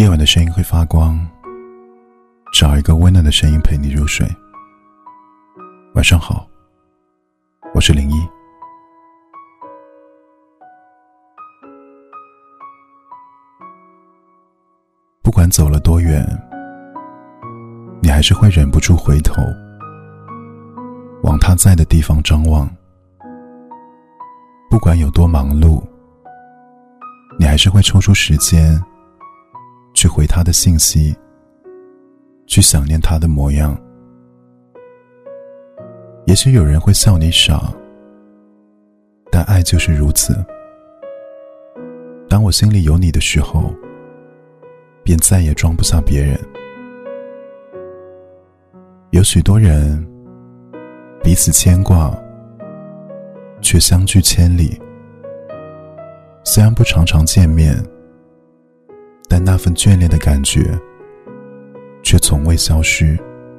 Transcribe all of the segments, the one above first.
夜晚的声音会发光，找一个温暖的声音陪你入睡。晚上好，我是林一。不管走了多远，你还是会忍不住回头，往他在的地方张望。不管有多忙碌，你还是会抽出时间去回他的信息，去想念他的模样。也许有人会笑你傻，但爱就是如此。当我心里有你的时候，便再也装不下别人。有许多人彼此牵挂，却相距千里。虽然不常常见面，但那份眷恋的感觉却从未消失。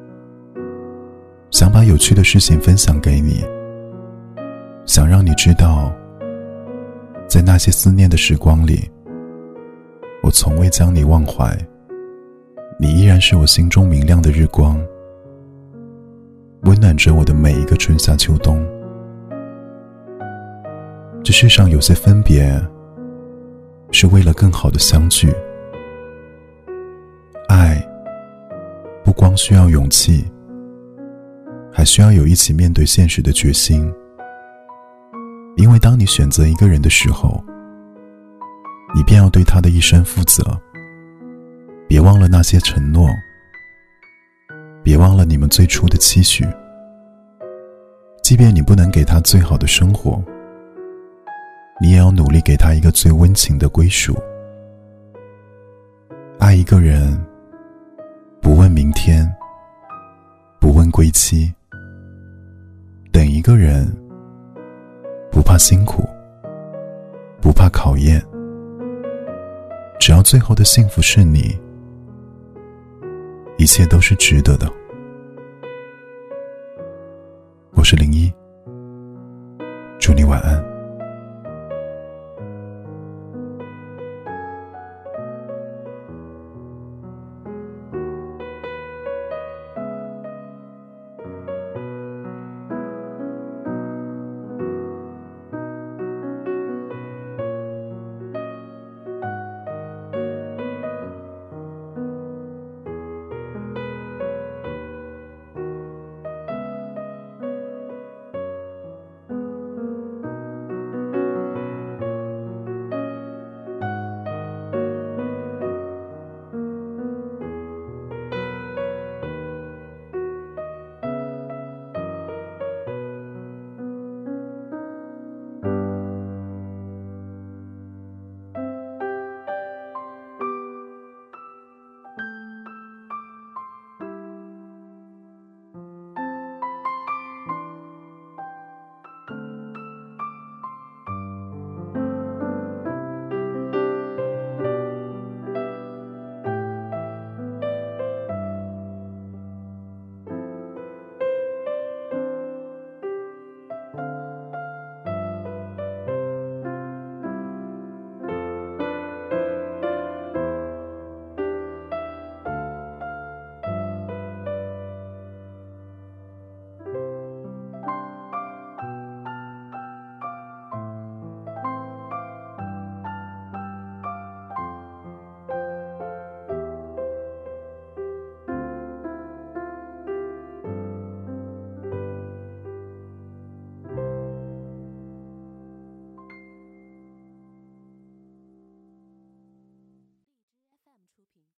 想把有趣的事情分享给你，想让你知道，在那些思念的时光里，我从未将你忘怀，你依然是我心中明亮的日光，温暖着我的每一个春夏秋冬。这世上有些分别，是为了更好的相聚。爱不光需要勇气，还需要有一起面对现实的决心。因为当你选择一个人的时候，你便要对他的一生负责。别忘了那些承诺，别忘了你们最初的期许。即便你不能给他最好的生活，你也要努力给他一个最温情的归属。爱一个人，不问明天，不问归期。等一个人，不怕辛苦，不怕考验。只要最后的幸福是你，一切都是值得的。